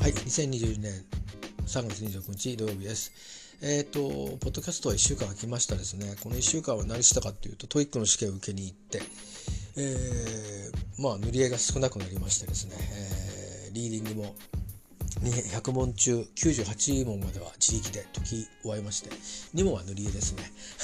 はい、2022年3月29日土曜日です。ポッドキャストは1週間空きましたですね。この1週間は何したかというと、トイックの試験を受けに行って、塗り絵が少なくなりましてですね、リーディングも100問中98問までは自力で解き終えまして、2問は塗り絵です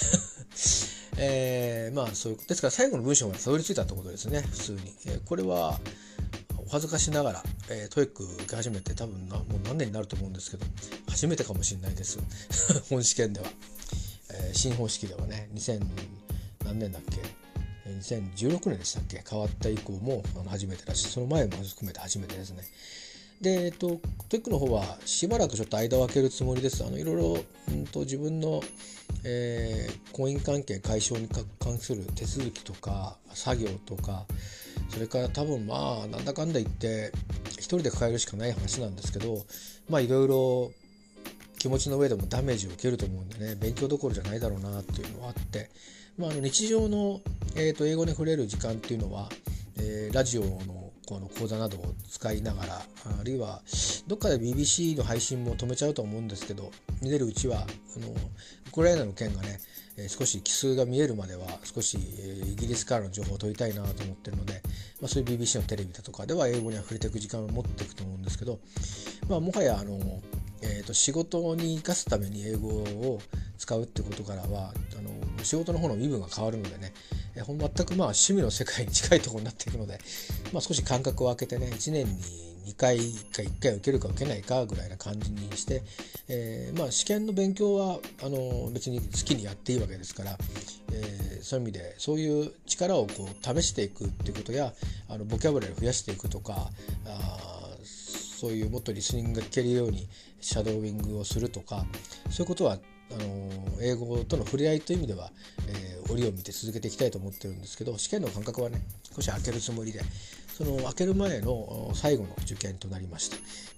ね。そういうですから最後の文章までたどり着いたということですね、普通に。これはお恥ずかしながら、トイック受け始めて多分もう何年になると思うんですけど、初めてかもしれないです本試験では、新方式ではね、2000何年だっけ、2016年でしたっけ、変わった以降も初めてだし、その前も含めて初めてですね。で、トイックの方はしばらくちょっと間を空けるつもりです。いろいろ、自分の、婚姻関係解消に関する手続きとか作業とか、それから多分なんだかんだ言って一人で抱えるしかない話なんですけど、いろいろ気持ちの上でもダメージを受けると思うんでね、勉強どころじゃないだろうなっていうのはあって、日常の、英語に触れる時間っていうのは、ラジオのこの講座などを使いながら、あるいはどっかで BBC の配信も止めちゃうと思うんですけど、見れるうちはウクライナの件がね、少し奇数が見えるまでは少し、イギリスからの情報を取りたいなと思ってるので、そういう BBC のテレビだとかでは英語には触れていく時間を持っていくと思うんですけど、もはや仕事に生かすために英語を使うってことからは仕事の方の身分が変わるのでね、全く趣味の世界に近いところになっていくので、少し間隔を空けてね、1年に2回か1回受けるか受けないかぐらいな感じにして、試験の勉強は別に好きにやっていいわけですから、そういう意味でそういう力をこう試していくっていうことや、ボキャブラリーを増やしていくとか、そういうもっとリスニングが聞けるようにシャドーイングをするとか、そういうことは英語との触れ合いという意味では、折を見て続けていきたいと思ってるんですけど、試験の間隔はね少し空けるつもりで、その空ける前の最後の受験となりました。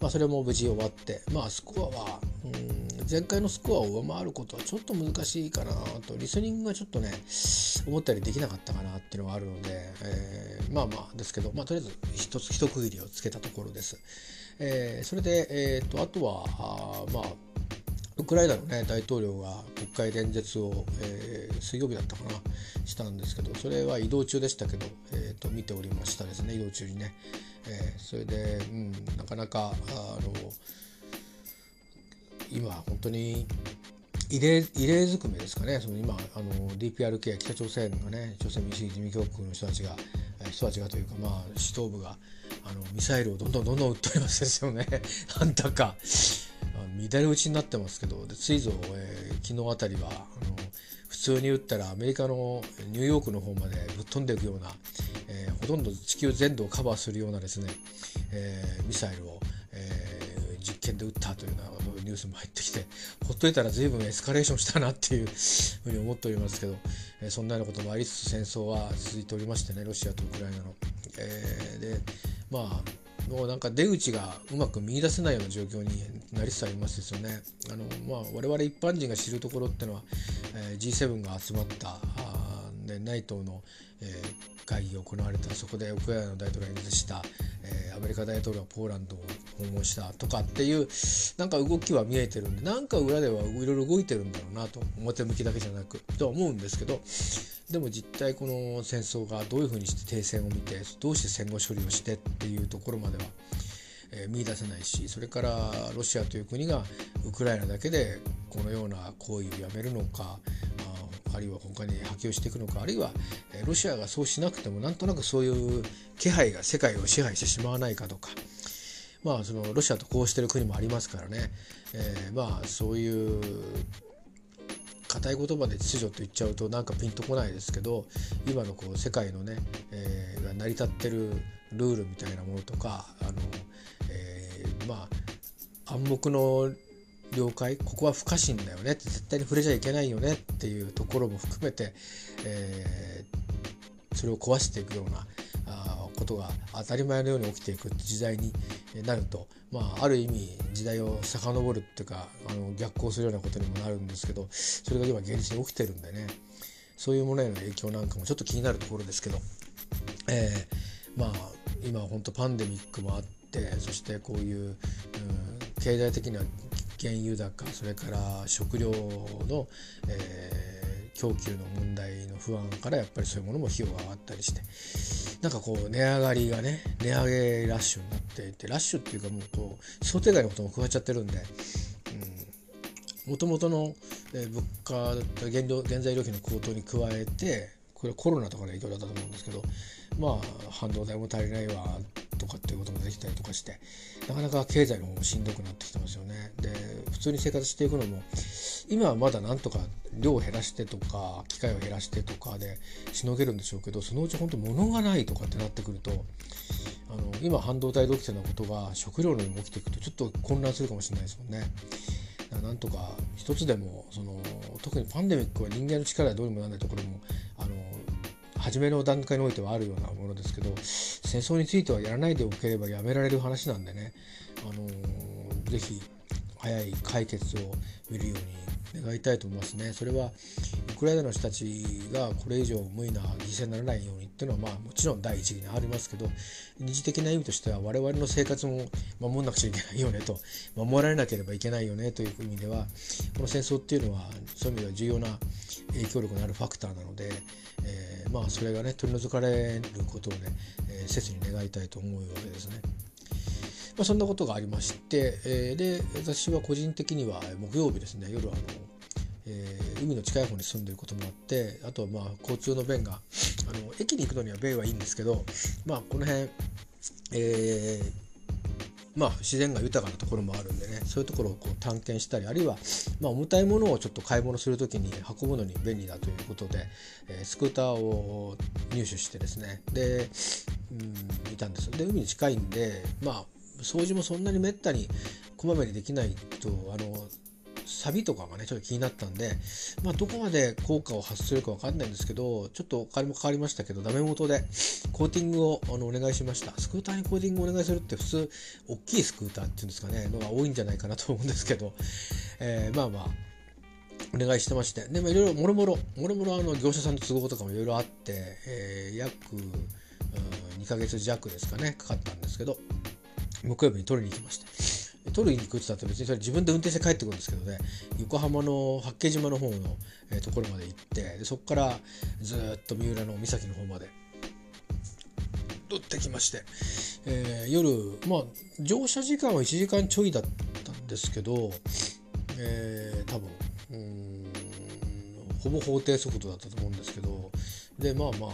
それも無事終わって、スコアは前回のスコアを上回ることはちょっと難しいかなと、リスニングがちょっとね思ったよりできなかったかなっていうのがあるので、ですけど、とりあえず一区切りをつけたところです。それで、あとはウクライナの、大統領が国会で演説を、水曜日だったかなしたんですけど、それは移動中でしたけど、見ておりましたですね、移動中にね。それで、なかなか今本当に異例ずくめですかね。今DPRK 北朝鮮がね、朝鮮民主主義人民共和国の人たちがというか、指導部がミサイルをどんどん撃っておりますですよねなんだか乱れ打ちになってますけど、でついぞ、昨日あたりは普通に撃ったらアメリカのニューヨークの方までぶっ飛んでいくような、ほとんど地球全土をカバーするようなですね、ミサイルを、実験で撃ったというようなニュースも入ってきて、ほっといたら随分エスカレーションしたなっていうふうに思っておりますけど、そんなようなこともありつつ戦争は続いておりましてね、ロシアとウクライナの。でもうなんか出口がうまく見出せないような状況になりつつありますですよね。我々一般人が知るところっていうのは、G7 が集まった内藤の、会議が行われた、そこでウクライナの大統領が演説した、アメリカ大統領がポーランドを訪問したとかっていうなんか動きは見えてるんで、なんか裏ではいろいろ動いてるんだろうなと、表向きだけじゃなくとは思うんですけど、でも実態この戦争がどういうふうにして停戦を見て、どうして戦後処理をしてっていうところまでは、見出せないし、それからロシアという国がウクライナだけでこのような行為をやめるのか、あるいは他に波及していくのか、あるいはロシアがそうしなくてもなんとなくそういう気配が世界を支配してしまわないかとか、そのロシアとこうしてる国もありますからね、そういう固い言葉で秩序と言っちゃうとなんかピンとこないですけど、今のこう世界のね、が成り立ってるルールみたいなものとか、暗黙の了解、ここは不可侵だよねって、絶対に触れちゃいけないよねっていうところも含めて、それを壊していくようなことが当たり前のように起きていく時代になると、ある意味時代を遡るっていうか逆行するようなことにもなるんですけど、それが今現実に起きてるんでね、そういうものへの影響なんかもちょっと気になるところですけど、今本当パンデミックもあって、そしてこういう、経済的な原油高、それから食料の、供給の問題の不安からやっぱりそういうものも費用が上がったりして、なんかこう値上がりがね、値上げラッシュになっていて、ラッシュっていうかもうこう想定外のことも加わっちゃってるんで、もともとの物価原材料費の高騰に加えて、これはコロナとかの影響だったと思うんですけど、まあ半導体も足りないわとかっていうこともできたりとかして、なかなか経済の方もしんどくなってきてますよね。で、普通に生活していくのも今はまだなんとか量を減らしてとか機械を減らしてとかでしのげるんでしょうけど、そのうち本当物がないとかってなってくると、今半導体で起きてるようなことが食料にも起きていくとちょっと混乱するかもしれないですもんね。なんとか一つでも特にパンデミックは人間の力でどうにもならないところも初めの段階においてはあるようなものですけど、戦争についてはやらないでおければやめられる話なんでね、ぜひ早い解決を見るように願いたいと思いますね。それはウクライナの人たちがこれ以上無意な犠牲にならないようにっていうのはもちろん第一義にありますけど、二次的な意味としては我々の生活も守らなくちゃいけないよねと、守られなければいけないよねという意味では、この戦争っていうのはそういう意味では重要な影響力のあるファクターなので、それがね取り除かれることをね、切に願いたいと思うわけですね。そんなことがありまして、で私は個人的には木曜日ですね、夜海の近い方に住んでいることもあって、あとは交通の便が駅に行くのには便はいいんですけど、この辺、自然が豊かなところもあるんでね、そういうところをこう探検したり、あるいは重たいものをちょっと買い物するときに運ぶのに便利だということで、スクーターを入手してですね、で、いたんです。で、海に近いんで、掃除もそんなにめったにこまめにできないと錆とかがねちょっと気になったんで、どこまで効果を発するか分かんないんですけど、ちょっとお金もかかりましたけどダメ元でコーティングをお願いしました。スクーターにコーティングをお願いするって普通大きいスクーターっていうんですかねのが多いんじゃないかなと思うんですけど、お願いしてまして、でいろいろもろもろ業者さんの都合とかもいろいろあって、約2ヶ月弱ですかねかかったんですけど、木曜日に取りに行きまして、取りに行くって言ったら別にそれ自分で運転して帰ってくるんですけどね、横浜の八景島の方のところまで行って、でそこからずっと三浦の岬の方まで取ってきまして、夜乗車時間は1時間ちょいだったんですけど、多分ほぼ法定速度だったと思うんですけど、で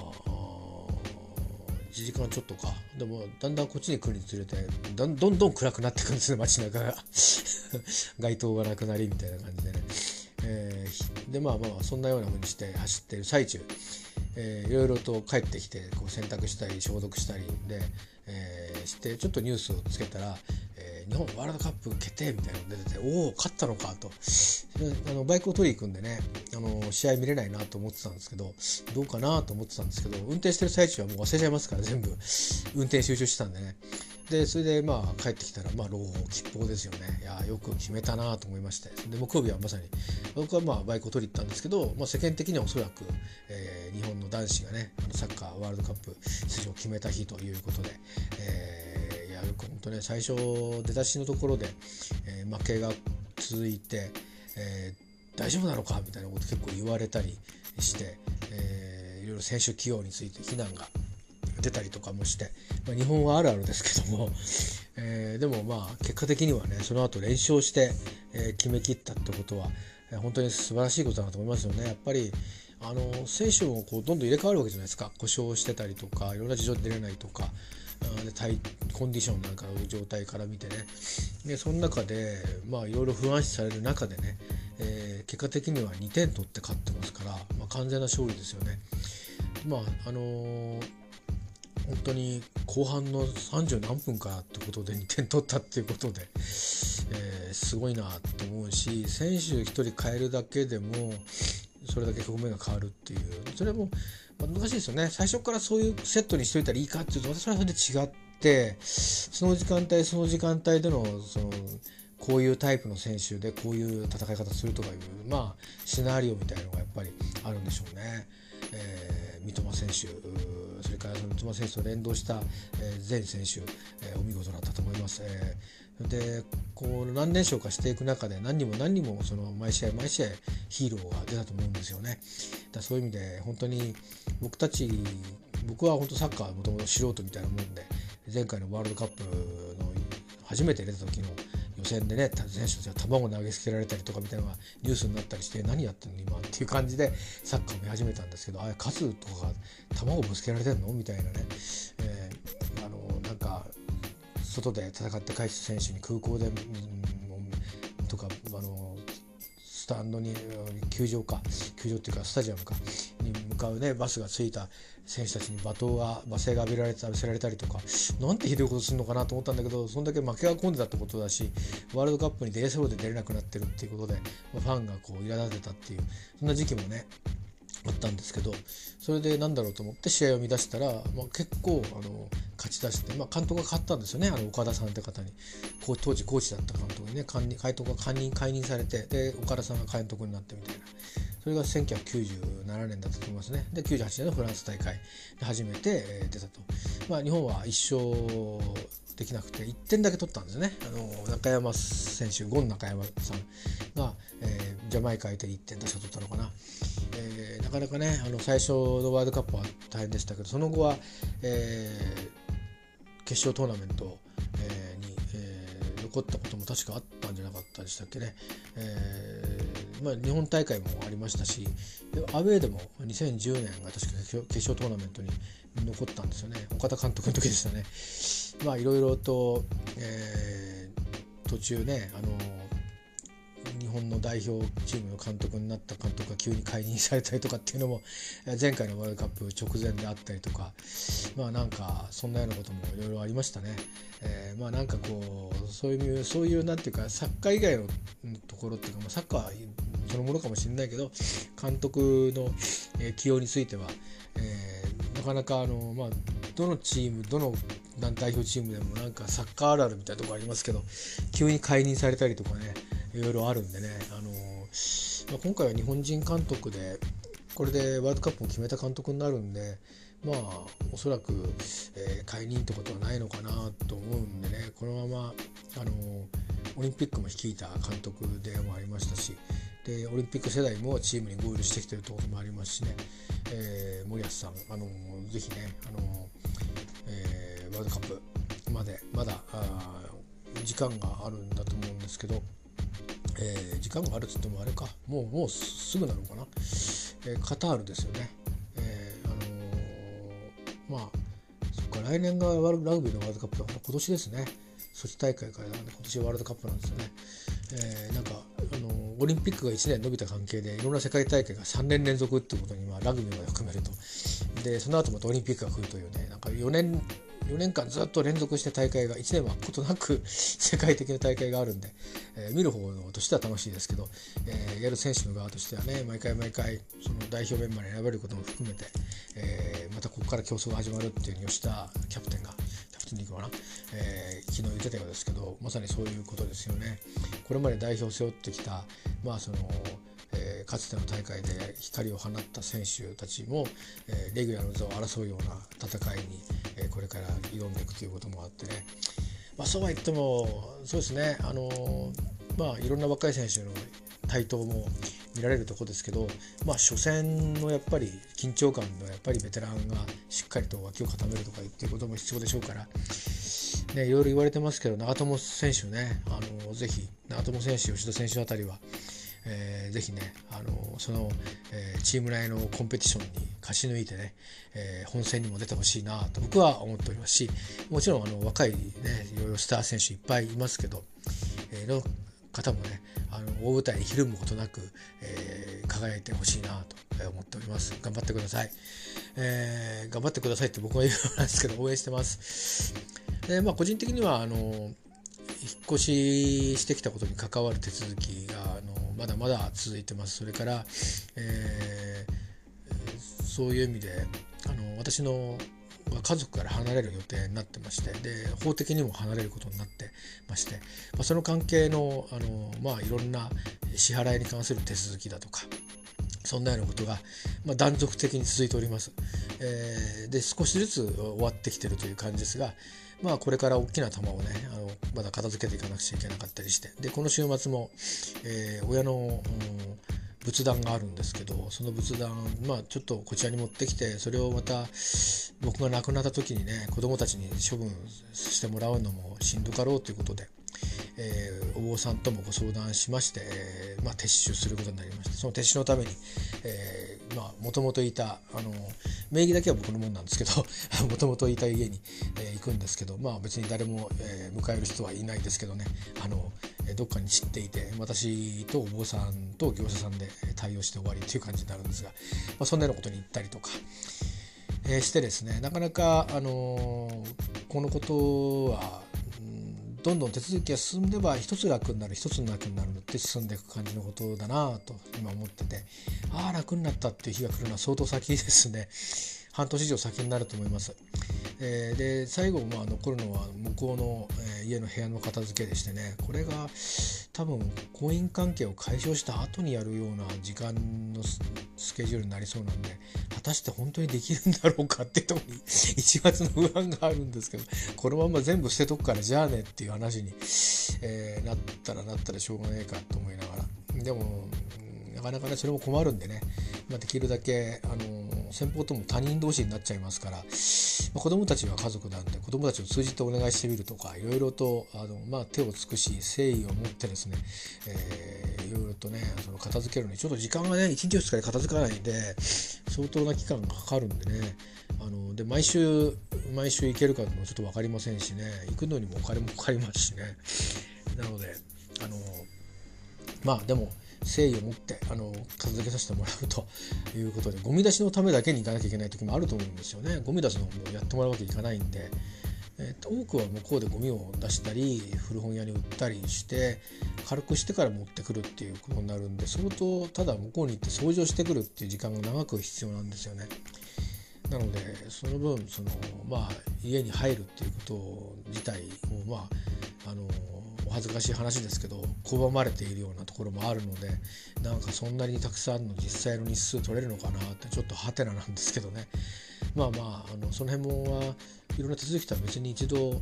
1時間ちょっとか。でもだんだんこっちに来るにつれてどんどん暗くなってくるんですね、街中が街灯がなくなりみたいな感じでね、でそんなような風にして走ってる最中、いろいろと帰ってきてこう洗濯したり消毒したりで、してちょっとニュースをつけたら、日本ワールドカップ決定みたいなのが出てて、おお勝ったのかと、バイクを取り行くんでね、試合見れないなと思ってたんですけど、どうかなと思ってたんですけど、運転してる最中はもう忘れちゃいますから、全部運転集中してたんでね。でそれで帰ってきたら朗報吉報ですよね。いやよく決めたなと思いまして、で木曜日はまさに僕はバイクを取り行ったんですけど、世間的にはおそらく、日本の男子がねサッカーワールドカップ出場を決めた日ということで、よく本当ね最初出だしのところで、負けが続いて、大丈夫なのかみたいなこと結構言われたりして、いろいろ選手起用について非難が出たりとかもして、日本はあるあるですけども、でも結果的にはねその後連勝して、決めきったってことは、本当に素晴らしいことだなと思いますよね。やっぱり選手もこうどんどん入れ替わるわけじゃないですか。故障してたりとかいろんな事情で出れないとか、でコンディションなんかの状態から見てね、でその中でいろいろ不安視される中でね、結果的には2点取って勝ってますから、完全な勝利ですよね。本当に後半の30何分からってことで2点取ったっていうことで、すごいなと思うし、選手1人変えるだけでもそれだけ局面が変わるっていう、それも難しいですよね。最初からそういうセットにしといたらいいかっていうと、私はそれで違って、その時間帯でのこういうタイプの選手でこういう戦い方するとかいうシナリオみたいなのがやっぱりあるんでしょうね。 三笘選手、それからその三笘選手と連動した、全選手、お見事だったと思います。でこう何連勝かしていく中で何人もその毎試合ヒーローが出たと思うんですよね。そういう意味で本当に僕は本当サッカーもともと素人みたいなもんで、前回のワールドカップの初めて出た時の予選でね、選手たちが卵投げつけられたりとかみたいなのがニュースになったりして、何やってんの今っていう感じでサッカーを見始めたんですけど、カズとかが卵ぶつけられてんのみたいなね、なんか外で戦って帰った選手に空港で、とかスタンドに球場っていうかスタジアムかに向かうねバスが着いた選手たちに罵声が浴びせられたりとか、なんてひどいことするのかなと思ったんだけど、そんだけ負けが込んでたってことだし、ワールドカップに出れそうで出れなくなってるっていうことで、ファンがこう苛立てたっていうそんな時期もねあったんですけど、それでなんだろうと思って試合を見出したら、結構勝ち出して、監督が変わったんですよね。岡田さんって方に、当時コーチだった監督にね、監督が解任されて、で岡田さんが監督になってみたいな、それが1997年だったと思いますね。で98年のフランス大会で初めて出たと。日本は1勝できなくて1点だけ取ったんですね。中山選手、ゴン中山さんが、ジャマイカ相手に1点確か取ったのかな。なかなかね最初のワールドカップは大変でしたけど、その後は、決勝トーナメントに、残ったことも確かあったんじゃなかったでしたっけね。日本大会もありましたし、アウェーでも2010年が確か決勝トーナメントに残ったんですよね。岡田監督の時でしたね。いろいろと、途中ね日本の代表チームの監督になった監督が急に解任されたりとかっていうのも前回のワールドカップ直前であったりとか、なんかそんなようなこともいろいろありましたね。なんかこうそういうなんていうか、サッカー以外のところっていうか、サッカーそのものかもしれないけど、監督の起用については、なかなかどのチームどの代表チームでもなんかサッカーあるあるみたいなところありますけど、急に解任されたりとかね、いろいろあるんでね、今回は日本人監督でこれでワールドカップを決めた監督になるんで、おそらく、解任ってことはないのかなと思うんでね、このままオリンピックも率いた監督でもありましたし、でオリンピック世代もチームに合流してきてるってこともありますしね、森保さんぜひねワールドカップまでまだ時間があるんだと思うんですけど、時間があるっつってもあれか、もうすぐなのかな、カタールですよね。そっか、来年がラグビーのワールドカップだから今年ですね。ソチ大会からなんで今年ワールドカップなんですよね。オリンピックが1年伸びた関係でいろんな世界大会が3年連続っていうことにラグビーまで含めると、でその後またオリンピックが来るというね、なんか4年間ずっと連続して大会が1年はことなく世界的な大会があるんで、見る方としては楽しいですけど、やる選手の側としてはね、毎回その代表メンバーに選べることも含めて、またここから競争が始まるっていう吉田キャプテンに行くかな、昨日言ってたようですけど、まさにそういうことですよね。これまで代表を背負ってきた、かつての大会で光を放った選手たちも、レギュラーの座を争うような戦いに、これから挑んでいくということもあってね、そうは言ってもそうですね、いろんな若い選手の台頭も見られるところですけど、初戦のやっぱり緊張感のやっぱりベテランがしっかりと脇を固めるとかっていうことも必要でしょうから、ね、いろいろ言われてますけど、長友選手ね、ぜひ長友選手、吉田選手あたりは、ぜひねその、チーム内のコンペティションに勝ち抜いてね、本戦にも出てほしいなと僕は思っておりますし、もちろん若いねいろいろスター選手いっぱいいますけど、の方もね大舞台にひるむことなく、輝いてほしいなと思っております。頑張ってください。頑張ってくださいって僕は言うのなんですけど、応援してます。個人的には引っ越ししてきたことに関わる手続きがまだまだ続いてます。それから、そういう意味で私の家族から離れる予定になってまして、で法的にも離れることになってまして、その関係のいろんな支払いに関する手続きだとか、 そんなようなことが、断続的に続いております。で少しずつ終わってきてるという感じですが、これから大きな玉をねまだ片付けていかなくちゃいけなかったりして、でこの週末も、親の、仏壇があるんですけど、その仏壇、ちょっとこちらに持ってきて、それをまた僕が亡くなった時にね子供たちに処分してもらうのもしんどかろうということで、お坊さんともご相談しまして、撤収することになりました。その撤収のためにもともといた名義だけは僕のもんなんですけどもともといた家に、行くんですけど、別に誰も、迎える人はいないですけどね、どっかに散っていて、私とお坊さんと業者さんで対応して終わりという感じになるんですが、そんなようなことに行ったりとか、してですね、なかなか、このことはどんどん手続きが進んでば一つ楽になる一つ楽になるって進んでいく感じのことだなと今思ってて、楽になったっていう日が来るのは相当先ですね。半年以上先になると思います。で最後残るのは向こうの、家の部屋の片付けでしてね、これが多分婚姻関係を解消した後にやるような時間のスケジュールになりそうなんで、果たして本当にできるんだろうかっていうところに1月の不安があるんですけど、このまま全部捨てとくからじゃあねっていう話に、なったらしょうがねえかと思いながら、でもなかなかねそれも困るんでね、できるだけ先方とも他人同士になっちゃいますから、子どもたちは家族なんで子どもたちを通じてお願いしてみるとか、いろいろと手を尽くし誠意を持ってですね、いろいろとねその片付けるのにちょっと時間がね1日2日で片付かないんで相当な期間がかかるんでね、で毎週行けるかもちょっと分かりませんしね、行くのにもお金もかかりますしね。なのででも誠意を持って片付けさせてもらうということで、ゴミ出しのためだけに行かなきゃいけない時もあると思うんですよね。ゴミ出すのもやってもらうわけにいかないんで、多くは向こうでゴミを出したり古本屋に売ったりして軽くしてから持ってくるっていうことになるんで、相当ただ向こうに行って掃除をしてくるっていう時間が長く必要なんですよね。なのでその分家に入るっていうこと自体をお恥ずかしい話ですけど拒まれているようなところもあるので、なんかそんなにたくさんの実際の日数取れるのかなってちょっとハテナなんですけどね。その辺もいろんな手続きとは別に一度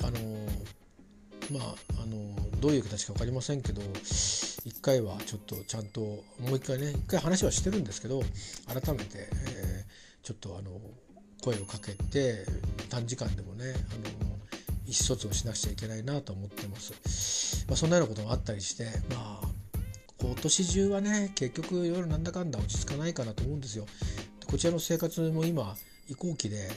どういう形か分かりませんけど一回はちょっとちゃんともう一回話はしてるんですけど、改めて、ちょっと声をかけて短時間でもね意思疎通をしなくちゃいけないなと思ってます。そんなようなこともあったりして、今年中はね結局いろいろなんだかんだ落ち着かないかなと思うんですよ。こちらの生活も今移行期で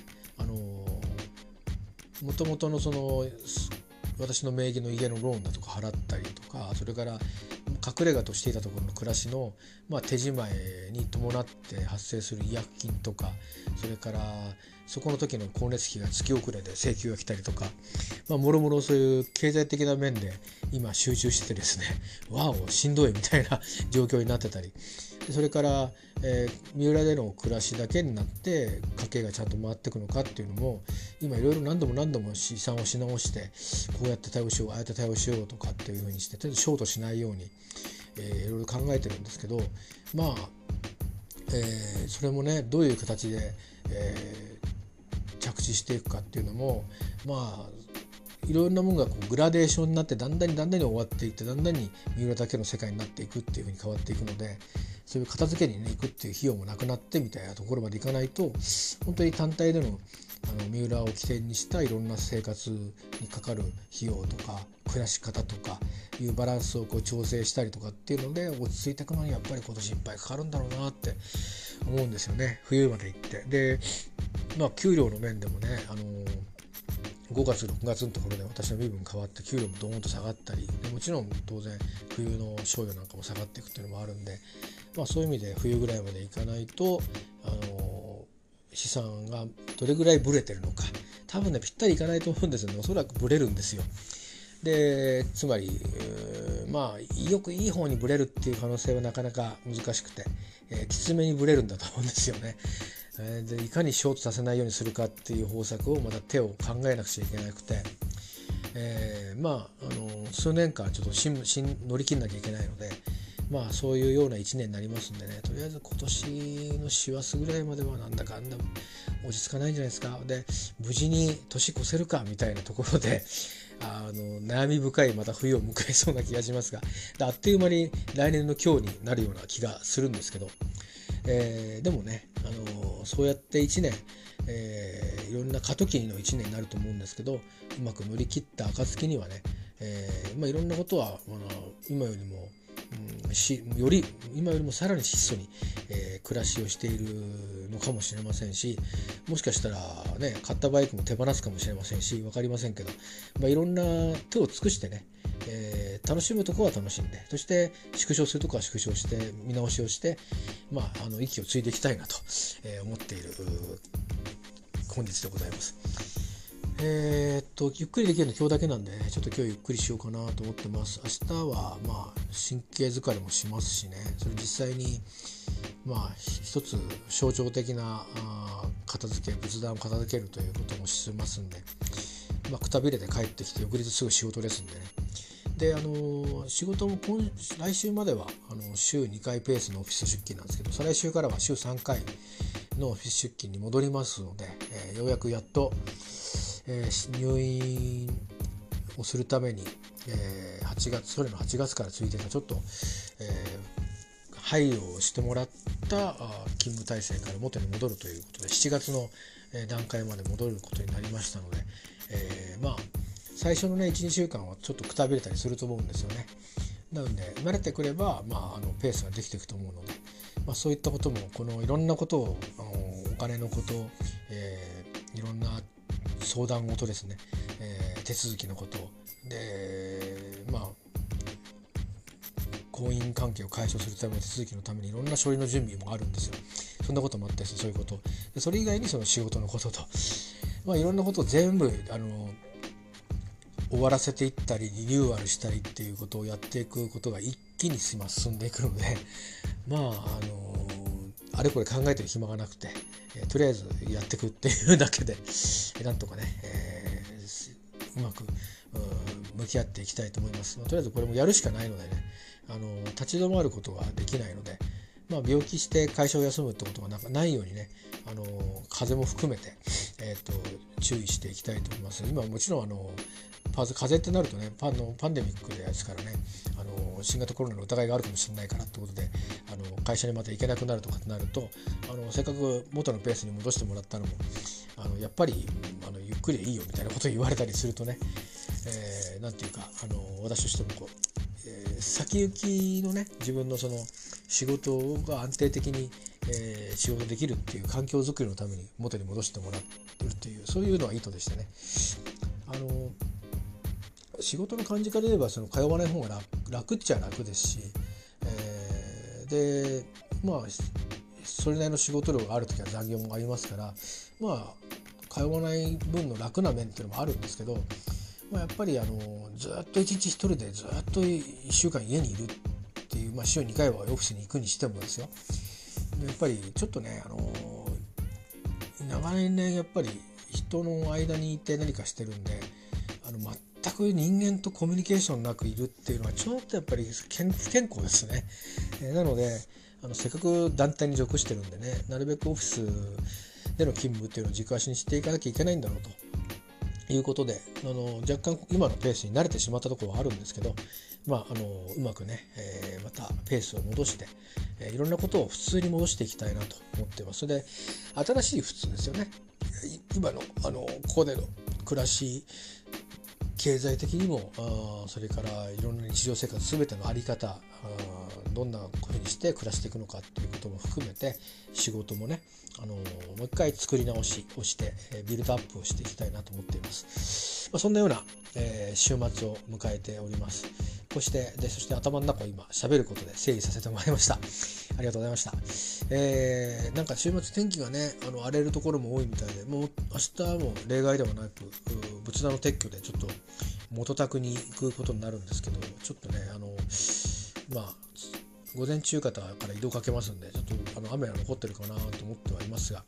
もともとのその私の名義の家のローンだとか払ったりとか、それから隠れ家としていたところの暮らしの、手仕舞に伴って発生する違約金とか、それからそこの時の光熱費が月遅れで請求が来たりとか、もろもろそういう経済的な面で今集中しててですね、わおしんどいみたいな状況になってたり、それから三浦での暮らしだけになって家計がちゃんと回っていくのかっていうのも今いろいろ何度も試算をし直して、こうやって対応しようああやって対応しようとかっていうふうにしてショートしないようにいろいろ考えてるんですけど、それもねどういう形で着地していくかっていうのもいろんなものがグラデーションになってだんだんに終わっていって、だんだんに三浦だけの世界になっていくっていうふうに変わっていくので、そういう片付けに行くっていう費用もなくなってみたいなところまでいかないと、本当に単体での三浦を起点にしたいろんな生活にかかる費用とか暮らし方とかいうバランスを調整したりとかっていうので落ち着いていくのにやっぱり今年いっぱいかかるんだろうなって思うんですよね。冬まで行ってで給料の面でもね5月6月のところで私の身分変わって給料もドーンと下がったりで、もちろん当然冬の賞与なんかも下がっていくっていうのもあるんで、そういう意味で冬ぐらいまでいかないと資産がどれぐらいブレてるのか多分ねぴったりいかないと思うんですよね。おそらくブレるんですよ。でつまりよくいい方にブレるっていう可能性はなかなか難しくて、きつめにブレるんだと思うんですよね。でいかにショートさせないようにするかっていう方策をまた手を考えなくちゃいけなくて、数年間ちょっと乗り切んなきゃいけないので、 まあそういうような1年になりますんでね、とりあえず今年の師走ぐらいまではなんだかんだ落ち着かないんじゃないですか。で無事に年越せるかみたいなところで悩み深いまた冬を迎えそうな気がしますが、あっという間に来年の今日になるような気がするんですけど、でもね、そうやって1年、いろんな過渡期の1年になると思うんですけど、うまく乗り切った暁にはね、いろんなことは今よりも、今よりもさらに質素に、暮らしをしているのかもしれませんし、もしかしたらね買ったバイクも手放すかもしれませんし、分かりませんけど、いろんな手を尽くしてね、楽しむところは楽しんで、そして縮小するところは縮小して見直しをして、息を継いでいきたいなと、思っている本日でございます。ゆっくりできるの今日だけなんで、ちょっと今日ゆっくりしようかなと思ってます。明日は神経疲れもしますしね、それ実際に一つ象徴的な片付け、仏壇を片付けるということもしますんで、くたびれて帰ってきて翌日すぐ仕事ですんでね。で仕事も来週までは週2回ペースのオフィス出勤なんですけど、再来週からは週3回のオフィス出勤に戻りますので、ようやくやっと入院をするために、それの8月から続いていたちょっと、配慮をしてもらった勤務体制から元に戻るということで、7月の段階まで戻ることになりましたので、最初のね 1,2 週間はちょっとくたびれたりすると思うんですよね。なので慣れてくれば、ペースができていくと思うので、そういったこともいろんなことをお金のこと、いろんな相談事ですね、手続きのことで、婚姻関係を解消するための手続きのためにいろんな書類の準備もあるんですよ。そんなこともあったりする、そういうことで、それ以外にその仕事のことと、いろんなことを全部終わらせていったりリニューアルしたりっていうことをやっていくことが一気に進んでいくので、あれこれ考えてる暇がなくて、とりあえずやっていくっていうだけでなんとかね、うまく向き合っていきたいと思います。とりあえずこれもやるしかないのでね、立ち止まることができないので、病気して会社を休むってことがないようにね、風邪も含めて、注意していきたいと思います。今もちろん風邪ってなるとね、パンデミックですからね、新型コロナの疑いがあるかもしれないからってことで会社にまた行けなくなるとかってなると、せっかく元のペースに戻してもらったのもやっぱりゆっくりでいいよみたいなことを言われたりするとね、なんていうか私としても先行きのね、自分のその仕事が安定的に、仕事できるっていう環境づくりのために元に戻してもらってるっていう、そういうのは意図でしてね、仕事の感じから言えば通わない方が楽っちゃ楽ですし、でそれなりの仕事量がある時は残業もありますから、通わない分の楽な面っていうのもあるんですけど、やっぱりずっと一日一人でずっと1週間家にいるっていう、週2回はオフィスに行くにしてもですよ、やっぱりちょっとね長年やっぱり人の間にいて何かしてるんで、全く人間とコミュニケーションなくいるっていうのはちょっとやっぱり不健康ですね。なのでせっかく団体に属してるんでね、なるべくオフィスでの勤務っていうのを軸足にしていかなきゃいけないんだろうということで、若干今のペースに慣れてしまったところはあるんですけど、うまくね、またペースを戻して、いろんなことを普通に戻していきたいなと思っています。それで新しい普通ですよね。今のここでの暮らし、経済的にもそれからいろんな日常生活全ての在り方、どんなふうにして暮らしていくのかっていうことも含めて、仕事もねもう一回作り直しをしてビルドアップをしていきたいなと思っています。そんなような、週末を迎えております。こうしてそして頭の中を今喋ることで整理させてもらいました。ありがとうございました。なんか週末天気がね荒れるところも多いみたいで、もう明日も例外ではなく仏壇の撤去でちょっと元宅に行くことになるんですけど、ちょっとね午前中から移動かけますんで、ちょっと雨は残ってるかなと思ってはいますが、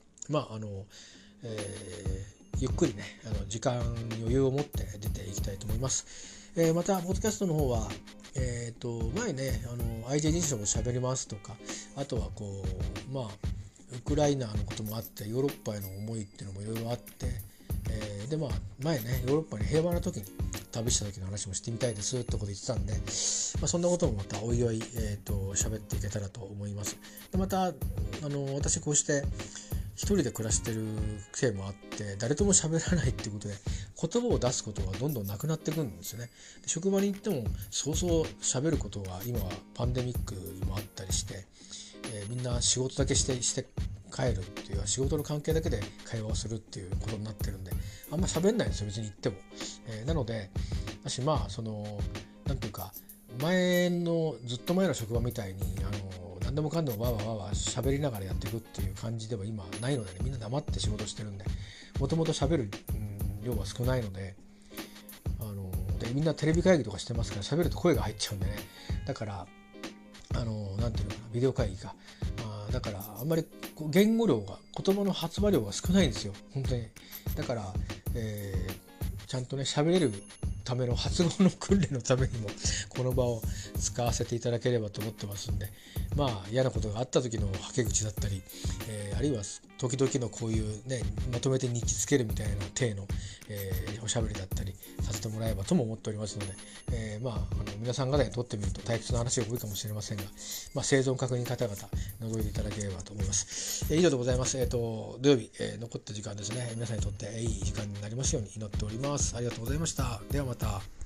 ゆっくりね時間余裕を持って出ていきたいと思います。またポッドキャストの方は前ねIJ 人種も喋りますとか、あとはこうウクライナのこともあってヨーロッパへの思いっていうのもいろいろあって、で前ねヨーロッパに平和な時に旅した時の話もしてみたいですってこと言ってたんで、そんなこともまたおいおい喋っていけたらと思います。でまた私こうして一人で暮らしてるせいもあって誰とも喋らないっていうことで言葉を出すことがどんどんなくなってくるんですよね。で職場に行ってもそうそう喋ることが今はパンデミックもあったりして、みんな仕事だけして帰るっていう仕事の関係だけで会話をするっていうことになってるんであんま喋んないんですよ別に言っても。なので私なんていうかずっと前の職場みたいに何でもかんでもわわわわ喋りながらやっていくっていう感じでは今ないのでね、みんな黙って仕事してるんでもともと喋る、量は少ないのででみんなテレビ会議とかしてますから喋ると声が入っちゃうんでね、だからなんていうのかなビデオ会議かだからあんまり言語量が言葉の発話量が少ないんですよ本当に。だから、ちゃんとね喋れるための発語の訓練のためにもこの場を使わせていただければと思ってますんで、嫌なことがあった時のはけ口だったり、あるいは時々のこういうねまとめて日記つけるみたいな体の、おしゃべりだったりさせてもらえばとも思っておりますので、皆さん方にとってみると退屈な話が多いかもしれませんが、生存確認方々覗いていただければと思います。以上でございます。土曜日、残った時間ですね皆さんにとっていい時間になりますように祈っております。ありがとうございました。ではまた。